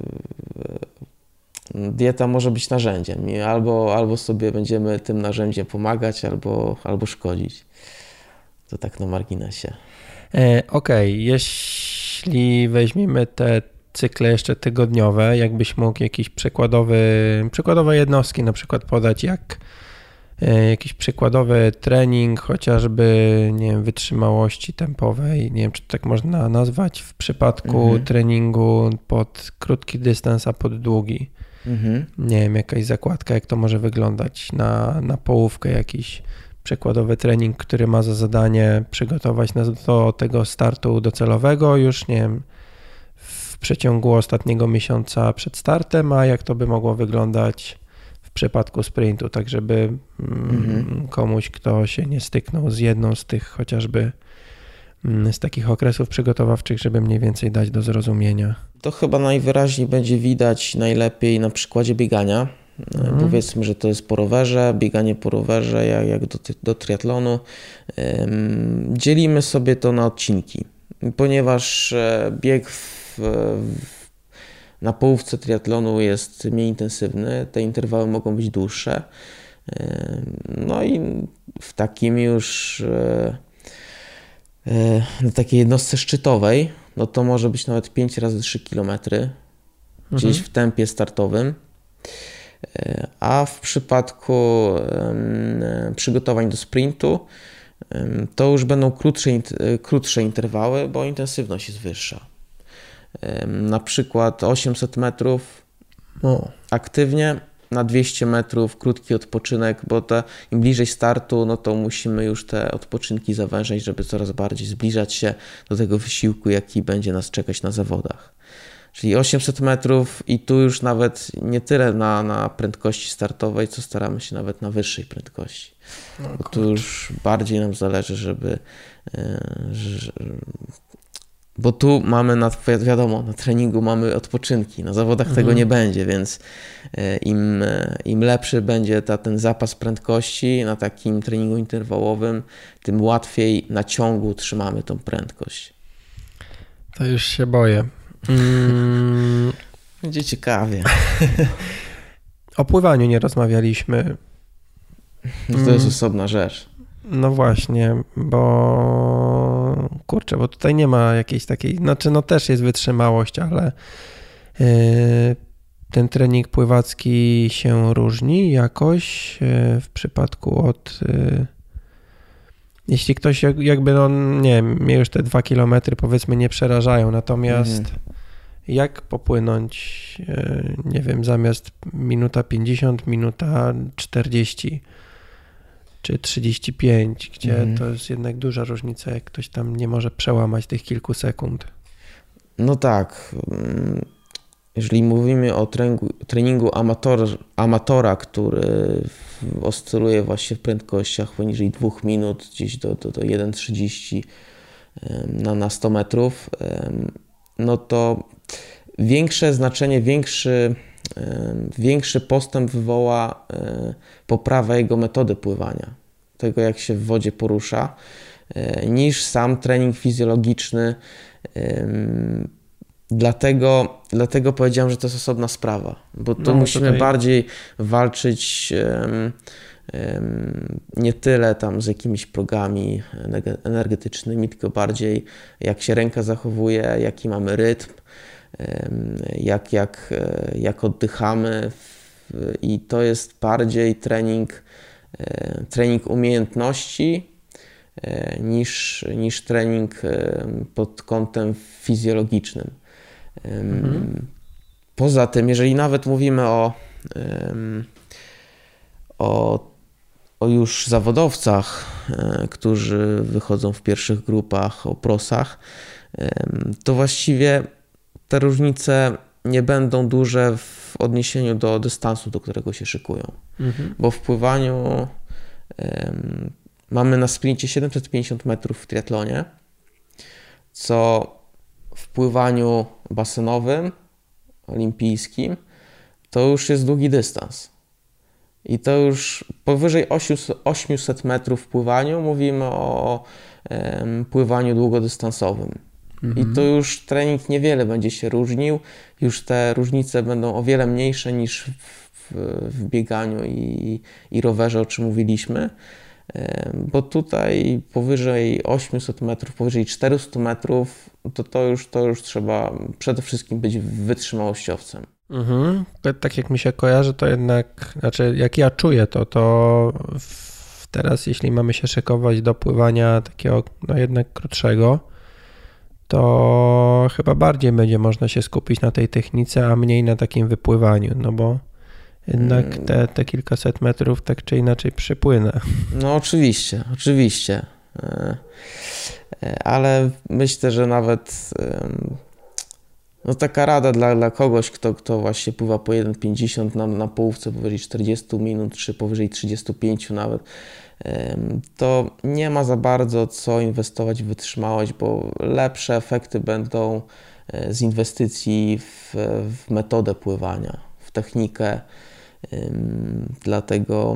dieta może być narzędziem i albo sobie będziemy tym narzędziem pomagać, albo szkodzić. To tak na marginesie. Okej, jeśli weźmiemy te cykle jeszcze tygodniowe, jakbyś mógł jakiś przykładowe jednostki na przykład podać, jak jakiś przykładowy trening, chociażby, nie wiem, wytrzymałości tempowej, nie wiem, czy to tak można nazwać, w przypadku treningu pod krótki dystans, a pod długi. Nie wiem, jakaś zakładka, jak to może wyglądać na połówkę, jakiś przykładowy trening, który ma za zadanie przygotować nas do tego startu docelowego już, nie wiem, w przeciągu ostatniego miesiąca przed startem, a jak to by mogło wyglądać w przypadku sprintu, tak żeby komuś, kto się nie styknął z jedną z tych chociażby z takich okresów przygotowawczych, żeby mniej więcej dać do zrozumienia? To chyba najwyraźniej będzie widać najlepiej na przykładzie biegania. Powiedzmy, że to jest po rowerze, bieganie po rowerze, jak do triatlonu. Dzielimy sobie to na odcinki, ponieważ bieg na połówce triatlonu jest mniej intensywny, te interwały mogą być dłuższe. No i w takim już na takiej jednostce szczytowej, no to może być nawet 5 razy 3 km gdzieś w tempie startowym. A w przypadku przygotowań do sprintu to już będą krótsze interwały, bo intensywność jest wyższa. Na przykład 800 metrów aktywnie, na 200 metrów krótki odpoczynek, bo im bliżej startu, no to musimy już te odpoczynki zawężać, żeby coraz bardziej zbliżać się do tego wysiłku, jaki będzie nas czekać na zawodach. Czyli 800 metrów i tu już nawet nie tyle na prędkości startowej, co staramy się nawet na wyższej prędkości. Bo tu już bardziej nam zależy, bo tu mamy, wiadomo, na treningu mamy odpoczynki, na zawodach tego nie będzie, więc im lepszy będzie ten zapas prędkości na takim treningu interwałowym, tym łatwiej na ciągu trzymamy tą prędkość. To już się boję. Będzie ciekawie. O pływaniu nie rozmawialiśmy. To jest osobna rzecz. No właśnie, bo tutaj nie ma jakiejś takiej, no też jest wytrzymałość, ale ten trening pływacki się różni jakoś w przypadku jeśli ktoś jakby, nie wiem, mnie już te 2 kilometry powiedzmy nie przerażają, natomiast jak popłynąć, nie wiem, zamiast minuta 50, minuta 40 czy 35, gdzie to jest jednak duża różnica, jak ktoś tam nie może przełamać tych kilku sekund. No tak. Jeżeli mówimy o treningu amatora, który oscyluje właśnie w prędkościach poniżej 2 minut, gdzieś do 1,30 na 100 metrów, no to większe znaczenie, większy postęp wywoła poprawa jego metody pływania, tego jak się w wodzie porusza, niż sam trening fizjologiczny. Dlatego powiedziałem, że to jest osobna sprawa, bo tu musimy bardziej walczyć nie tyle tam z jakimiś progami energetycznymi, tylko bardziej jak się ręka zachowuje, jaki mamy rytm, jak oddychamy i to jest bardziej trening umiejętności niż trening pod kątem fizjologicznym. Poza tym, jeżeli nawet mówimy o już zawodowcach, którzy wychodzą w pierwszych grupach, o prosach, to właściwie te różnice nie będą duże w odniesieniu do dystansu, do którego się szykują. Bo w pływaniu mamy na sprincie 750 metrów w triatlonie, co w pływaniu basenowym, olimpijskim, to już jest długi dystans. I to już powyżej 800 metrów w pływaniu mówimy o pływaniu długodystansowym. I to już trening niewiele będzie się różnił, już te różnice będą o wiele mniejsze niż w bieganiu i rowerze, o czym mówiliśmy, bo tutaj powyżej 800 metrów, powyżej 400 metrów, to już trzeba przede wszystkim być wytrzymałościowcem. Tak jak mi się kojarzy, to jednak, znaczy jak ja czuję to teraz jeśli mamy się szykować do pływania takiego jednak krótszego, to chyba bardziej będzie można się skupić na tej technice, a mniej na takim wypływaniu, no bo jednak te kilkaset metrów tak czy inaczej przypłynę. No oczywiście. Ale myślę, że nawet No taka rada dla kogoś, kto właśnie pływa po 1,50 na połówce powyżej 40 minut, czy powyżej 35 nawet, to nie ma za bardzo co inwestować w wytrzymałość, bo lepsze efekty będą z inwestycji w metodę pływania, w technikę. Dlatego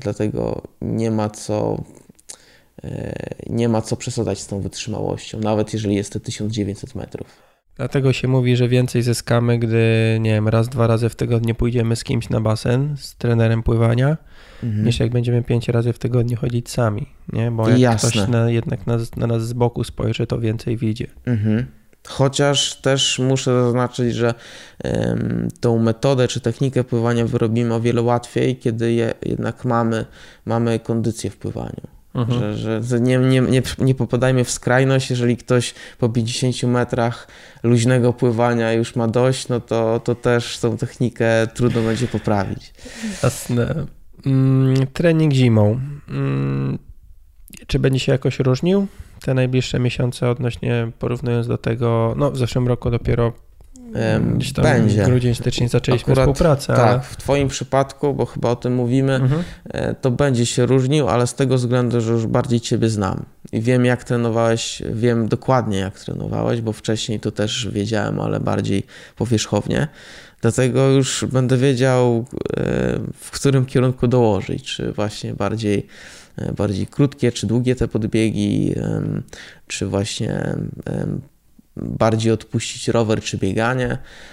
nie ma co przesadzać z tą wytrzymałością, nawet jeżeli jest to 1900 metrów. Dlatego się mówi, że więcej zyskamy, gdy, nie wiem, raz, 2 razy w tygodniu pójdziemy z kimś na basen, z trenerem pływania, niż jak będziemy 5 razy w tygodniu chodzić sami, nie? Bo jak ktoś jednak na nas z boku spojrzy, to więcej widzi. Chociaż też muszę zaznaczyć, że tą metodę czy technikę pływania wyrobimy o wiele łatwiej, kiedy jednak mamy kondycję w pływaniu. Że nie popadajmy w skrajność, jeżeli ktoś po 50 metrach luźnego pływania już ma dość, no to też tą technikę trudno będzie poprawić. Jasne. Trening zimą. Czy będzie się jakoś różnił te najbliższe miesiące odnośnie, porównując do tego, no w zeszłym roku dopiero gdzieś tam będzie. Grudzień, styczeń zaczęliśmy współpracę. Tak, ale... w Twoim przypadku, bo chyba o tym mówimy, to będzie się różnił, ale z tego względu, że już bardziej Ciebie znam i wiem jak trenowałeś, wiem dokładnie jak trenowałeś, bo wcześniej to też wiedziałem, ale bardziej powierzchownie. Dlatego już będę wiedział, w którym kierunku dołożyć, czy właśnie bardziej krótkie, czy długie te podbiegi, czy właśnie bardziej odpuścić rower, czy bieganie.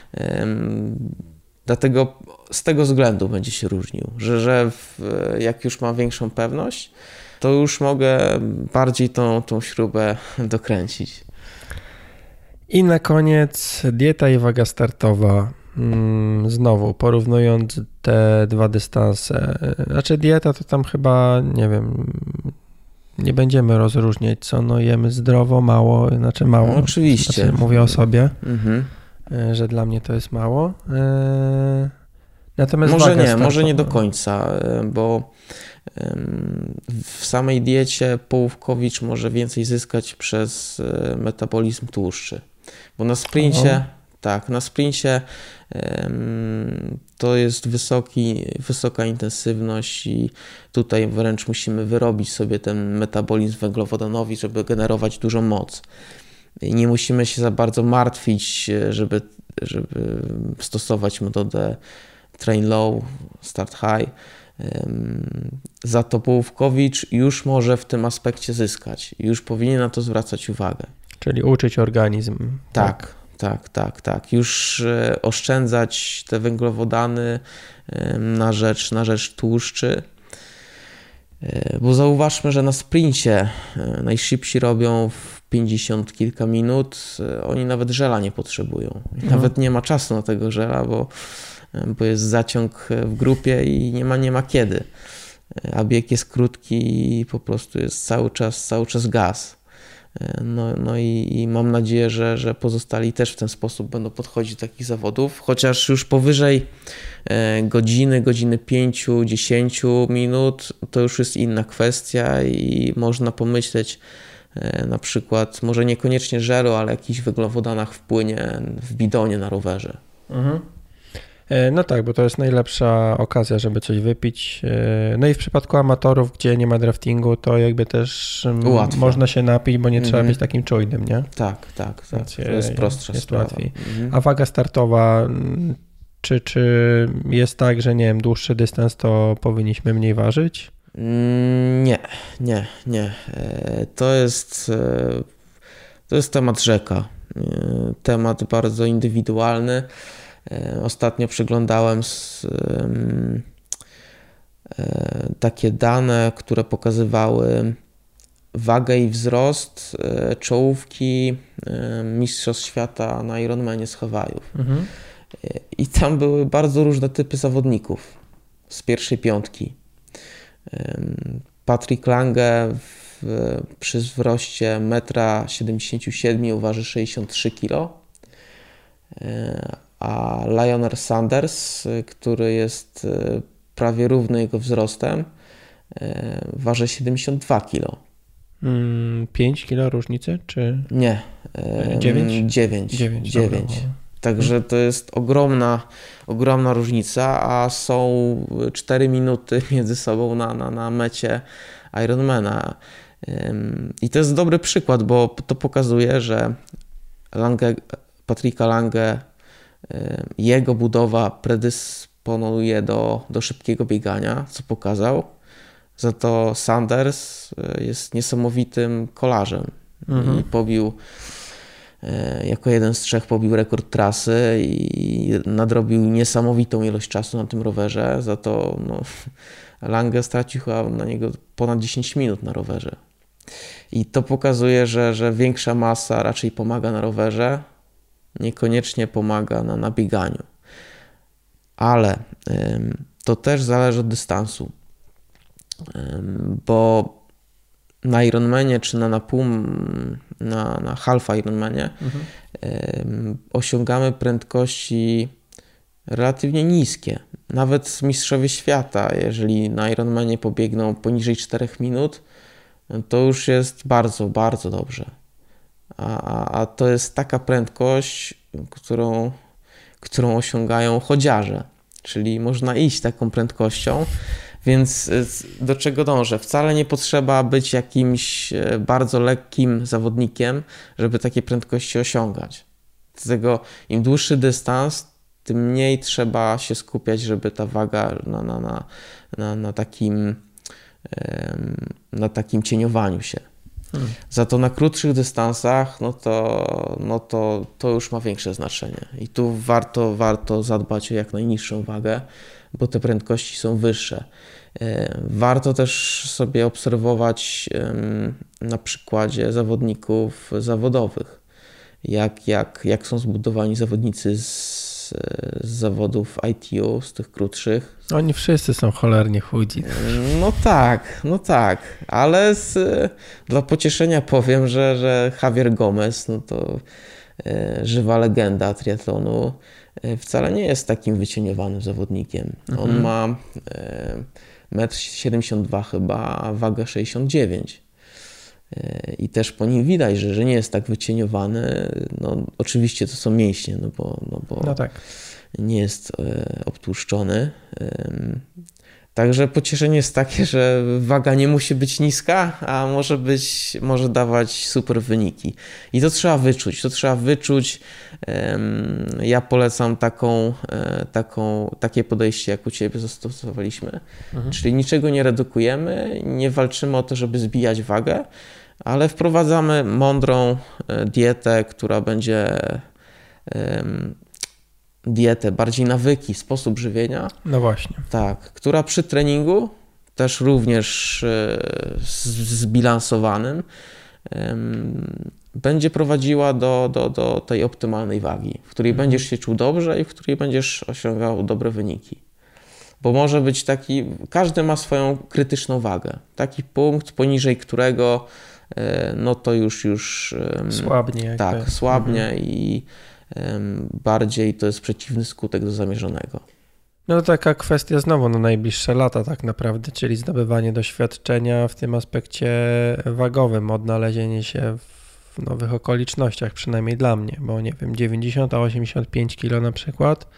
Dlatego z tego względu będzie się różnił, że jak już mam większą pewność, to już mogę bardziej tą śrubę dokręcić. I na koniec dieta i waga startowa. Znowu, porównując te 2 dystanse, znaczy dieta to tam chyba, nie wiem, nie będziemy rozróżniać, co, no jemy zdrowo, mało, znaczy mało. No, oczywiście. Znaczy, mówię o sobie, że dla mnie to jest mało. Natomiast może nie do końca, bo w samej diecie połówkowicz może więcej zyskać przez metabolizm tłuszczy, bo na sprincie... Tak, na sprincie to jest wysoka intensywność i tutaj wręcz musimy wyrobić sobie ten metabolizm węglowodanowy, żeby generować dużą moc. I nie musimy się za bardzo martwić, żeby stosować metodę train low, start high. Za to połówkowicz już może w tym aspekcie zyskać. Już powinien na to zwracać uwagę. Czyli uczyć organizm. Tak. Już oszczędzać te węglowodany na rzecz tłuszczy. Bo zauważmy, że na sprincie najszybsi robią w 50 kilka minut. Oni nawet żela nie potrzebują. Nawet nie ma czasu na tego żela, bo jest zaciąg w grupie i nie ma kiedy. A bieg jest krótki i po prostu jest cały czas gaz. No i mam nadzieję, że pozostali też w ten sposób będą podchodzić do takich zawodów, chociaż już powyżej godziny 5-10 minut to już jest inna kwestia i można pomyśleć na przykład, może niekoniecznie żelu, ale jakichś węglowodanach w płynie, w bidonie na rowerze. No tak, bo to jest najlepsza okazja, żeby coś wypić. No i w przypadku amatorów, gdzie nie ma draftingu, to jakby też można się napić, bo nie trzeba być takim czujnym, nie? Tak. To jest prostsza sprawa. Łatwiej. A waga startowa, czy jest tak, że nie wiem, dłuższy dystans to powinniśmy mniej ważyć? Nie. To jest temat rzeka. Temat bardzo indywidualny. Ostatnio przeglądałem takie dane, które pokazywały wagę i wzrost czołówki mistrzostw świata na Ironmanie z Hawajów. I tam były bardzo różne typy zawodników z pierwszej 5. Patrick Lange przy wzroście 1,77 m waży 63 kg. A Lionel Sanders, który jest prawie równy jego wzrostem, waży 72 kg. 5 kg różnicy, czy? Nie. 9? 9. Także to jest ogromna różnica, a są 4 minuty między sobą na mecie Ironmana. I to jest dobry przykład, bo to pokazuje, że Patryka Lange, jego budowa predysponuje do szybkiego biegania, co pokazał. Za to Sanders jest niesamowitym kolarzem i pobił, jako jeden z 3 pobił rekord trasy i nadrobił niesamowitą ilość czasu na tym rowerze. Za to Lange stracił chyba na niego ponad 10 minut na rowerze. I to pokazuje, że większa masa raczej pomaga na rowerze, niekoniecznie pomaga na bieganiu. Ale to też zależy od dystansu. Bo na Ironmanie czy na half Ironmanie osiągamy prędkości relatywnie niskie. Nawet mistrzowie świata, jeżeli na Ironmanie pobiegną poniżej 4 minut, to już jest bardzo, bardzo dobrze. A to jest taka prędkość, którą osiągają chodziarze. Czyli można iść taką prędkością. Więc do czego dążę? Wcale nie potrzeba być jakimś bardzo lekkim zawodnikiem, żeby takie prędkości osiągać. Dlatego im dłuższy dystans, tym mniej trzeba się skupiać, żeby ta waga na takim cieniowaniu się. Za to na krótszych dystansach, to już ma większe znaczenie. I tu warto zadbać o jak najniższą wagę, bo te prędkości są wyższe. Warto też sobie obserwować na przykładzie zawodników zawodowych, jak są zbudowani zawodnicy z zawodów ITU, z tych krótszych. Oni wszyscy są cholernie chudzi. No tak, ale dla pocieszenia powiem, że Javier Gomez, to żywa legenda triatlonu, wcale nie jest takim wycieniowanym zawodnikiem. On ma 1,72 m chyba, a wagę 69. I też po nim widać, że nie jest tak wycieniowany. Oczywiście to są mięśnie, bo tak. Nie jest obtłuszczony. Także pocieszenie jest takie, że waga nie musi być niska, a może dawać super wyniki. I to trzeba wyczuć. Ja polecam takie podejście, jak u Ciebie zastosowaliśmy. Czyli niczego nie redukujemy, nie walczymy o to, żeby zbijać wagę, ale wprowadzamy mądrą dietę, która będzie bardziej nawyki, sposób żywienia. No właśnie. Tak, która przy treningu też również zbilansowanym będzie prowadziła do tej optymalnej wagi, w której będziesz się czuł dobrze i w której będziesz osiągał dobre wyniki. Bo może być każdy ma swoją krytyczną wagę. Taki punkt, poniżej którego to już słabnie. Tak, słabnie i bardziej to jest przeciwny skutek do zamierzonego. No to taka kwestia znowu na najbliższe lata tak naprawdę, czyli zdobywanie doświadczenia w tym aspekcie wagowym, odnalezienie się w nowych okolicznościach, przynajmniej dla mnie, bo nie wiem, 90 a 85 kg na przykład,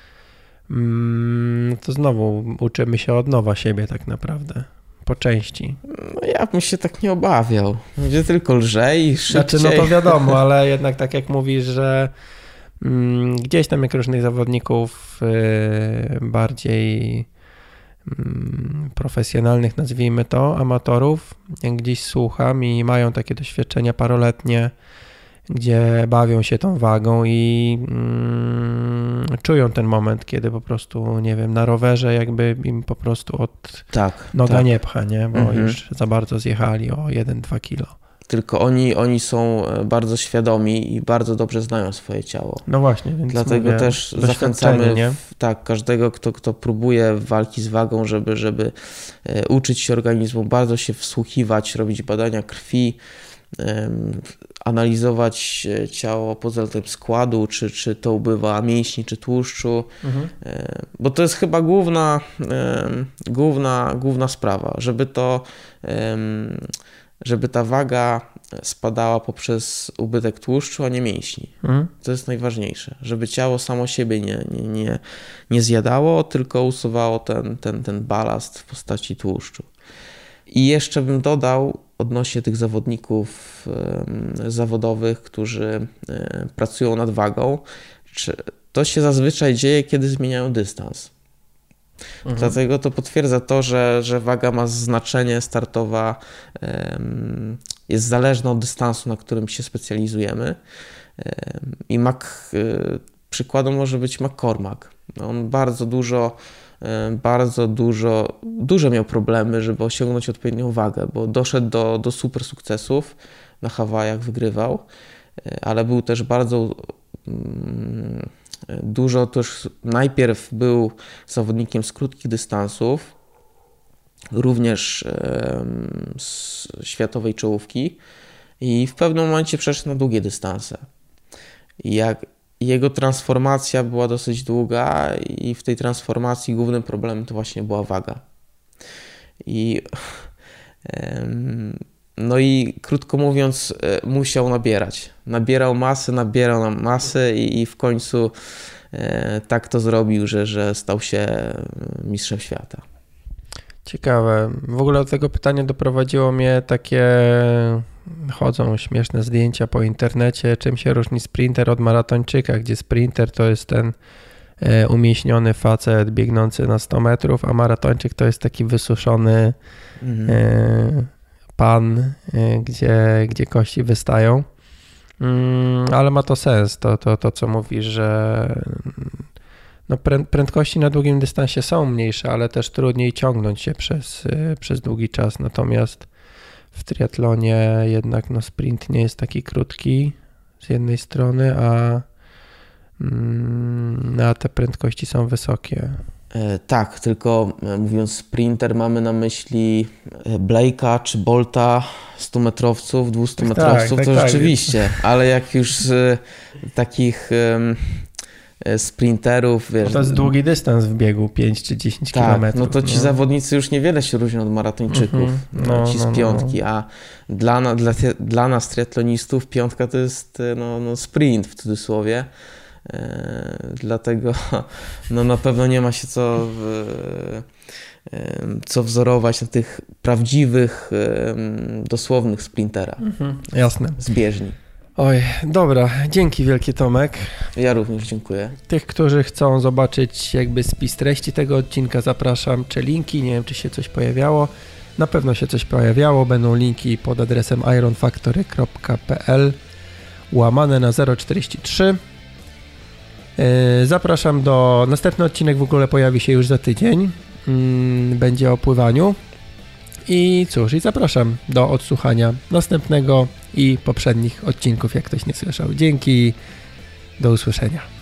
to znowu uczymy się od nowa siebie tak naprawdę, po części. Ja bym się tak nie obawiał, będzie tylko lżej i szybciej. Znaczy, to wiadomo, ale jednak tak jak mówisz, że gdzieś tam jak różnych zawodników bardziej profesjonalnych, nazwijmy to, amatorów, jak gdzieś słucham i mają takie doświadczenia paroletnie, gdzie bawią się tą wagą i czują ten moment, kiedy po prostu, nie wiem, na rowerze jakby im po prostu noga nie pcha, nie? Bo już za bardzo zjechali o 1-2 kilo. Tylko oni są bardzo świadomi i bardzo dobrze znają swoje ciało. No właśnie, więc dlatego też zachęcamy każdego, kto próbuje walki z wagą, żeby uczyć się organizmu, bardzo się wsłuchiwać, robić badania krwi, analizować ciało pod względem składu, czy to ubywa mięśni, czy tłuszczu, bo to jest chyba główna sprawa, żeby ta waga spadała poprzez ubytek tłuszczu, a nie mięśni. To jest najważniejsze, żeby ciało samo siebie nie zjadało, tylko usuwało ten balast w postaci tłuszczu. I jeszcze bym dodał odnośnie tych zawodników zawodowych, którzy pracują nad wagą, to się zazwyczaj dzieje, kiedy zmieniają dystans. Dlatego to potwierdza to, że waga ma znaczenie startowa, jest zależna od dystansu, na którym się specjalizujemy. I przykładem może być McCormack. On dużo miał problemy, żeby osiągnąć odpowiednią wagę, bo doszedł do super sukcesów, na Hawajach wygrywał, ale był też dużo też najpierw był zawodnikiem z krótkich dystansów, również z światowej czołówki i w pewnym momencie przeszedł na długie dystanse. Jego transformacja była dosyć długa i w tej transformacji głównym problemem to właśnie była waga. No i krótko mówiąc musiał nabierać. Nabierał masy i w końcu tak to zrobił, że stał się mistrzem świata. Ciekawe. W ogóle do tego pytania doprowadziło mnie chodzą śmieszne zdjęcia po internecie, czym się różni sprinter od maratończyka, gdzie sprinter to jest ten umieśniony facet biegnący na 100 metrów, a maratończyk to jest taki wysuszony pan, gdzie kości wystają. Ale ma to sens, to co mówisz, że no prędkości na długim dystansie są mniejsze, ale też trudniej ciągnąć się przez długi czas. Natomiast w triatlonie jednak sprint nie jest taki krótki z jednej strony, a te prędkości są wysokie. Tak, tylko mówiąc sprinter mamy na myśli Blake'a czy Bolta, 100-metrowców, 200-metrowców, tak, to tak, rzeczywiście, ale jak już z takich sprinterów, wiesz... To jest długi dystans w biegu, 5 czy 10 tak, kilometrów. No to ci zawodnicy już niewiele się różnią od maratończyków, ci z piątki, a dla nas triatlonistów piątka to jest sprint w cudzysłowie. Dlatego na pewno nie ma się co wzorować na tych prawdziwych, dosłownych sprinterach. Jasne. Z bieżni. Oj, dobra, dzięki wielkie Tomek. Ja również dziękuję. Tych, którzy chcą zobaczyć spis treści tego odcinka, zapraszam, czy linki, nie wiem czy się coś pojawiało. Na pewno się coś pojawiało, będą linki pod adresem ironfactory.pl/043. Zapraszam następny odcinek w ogóle pojawi się już za tydzień, będzie o pływaniu i cóż, i zapraszam do odsłuchania następnego i poprzednich odcinków, jak ktoś nie słyszał. Dzięki, do usłyszenia.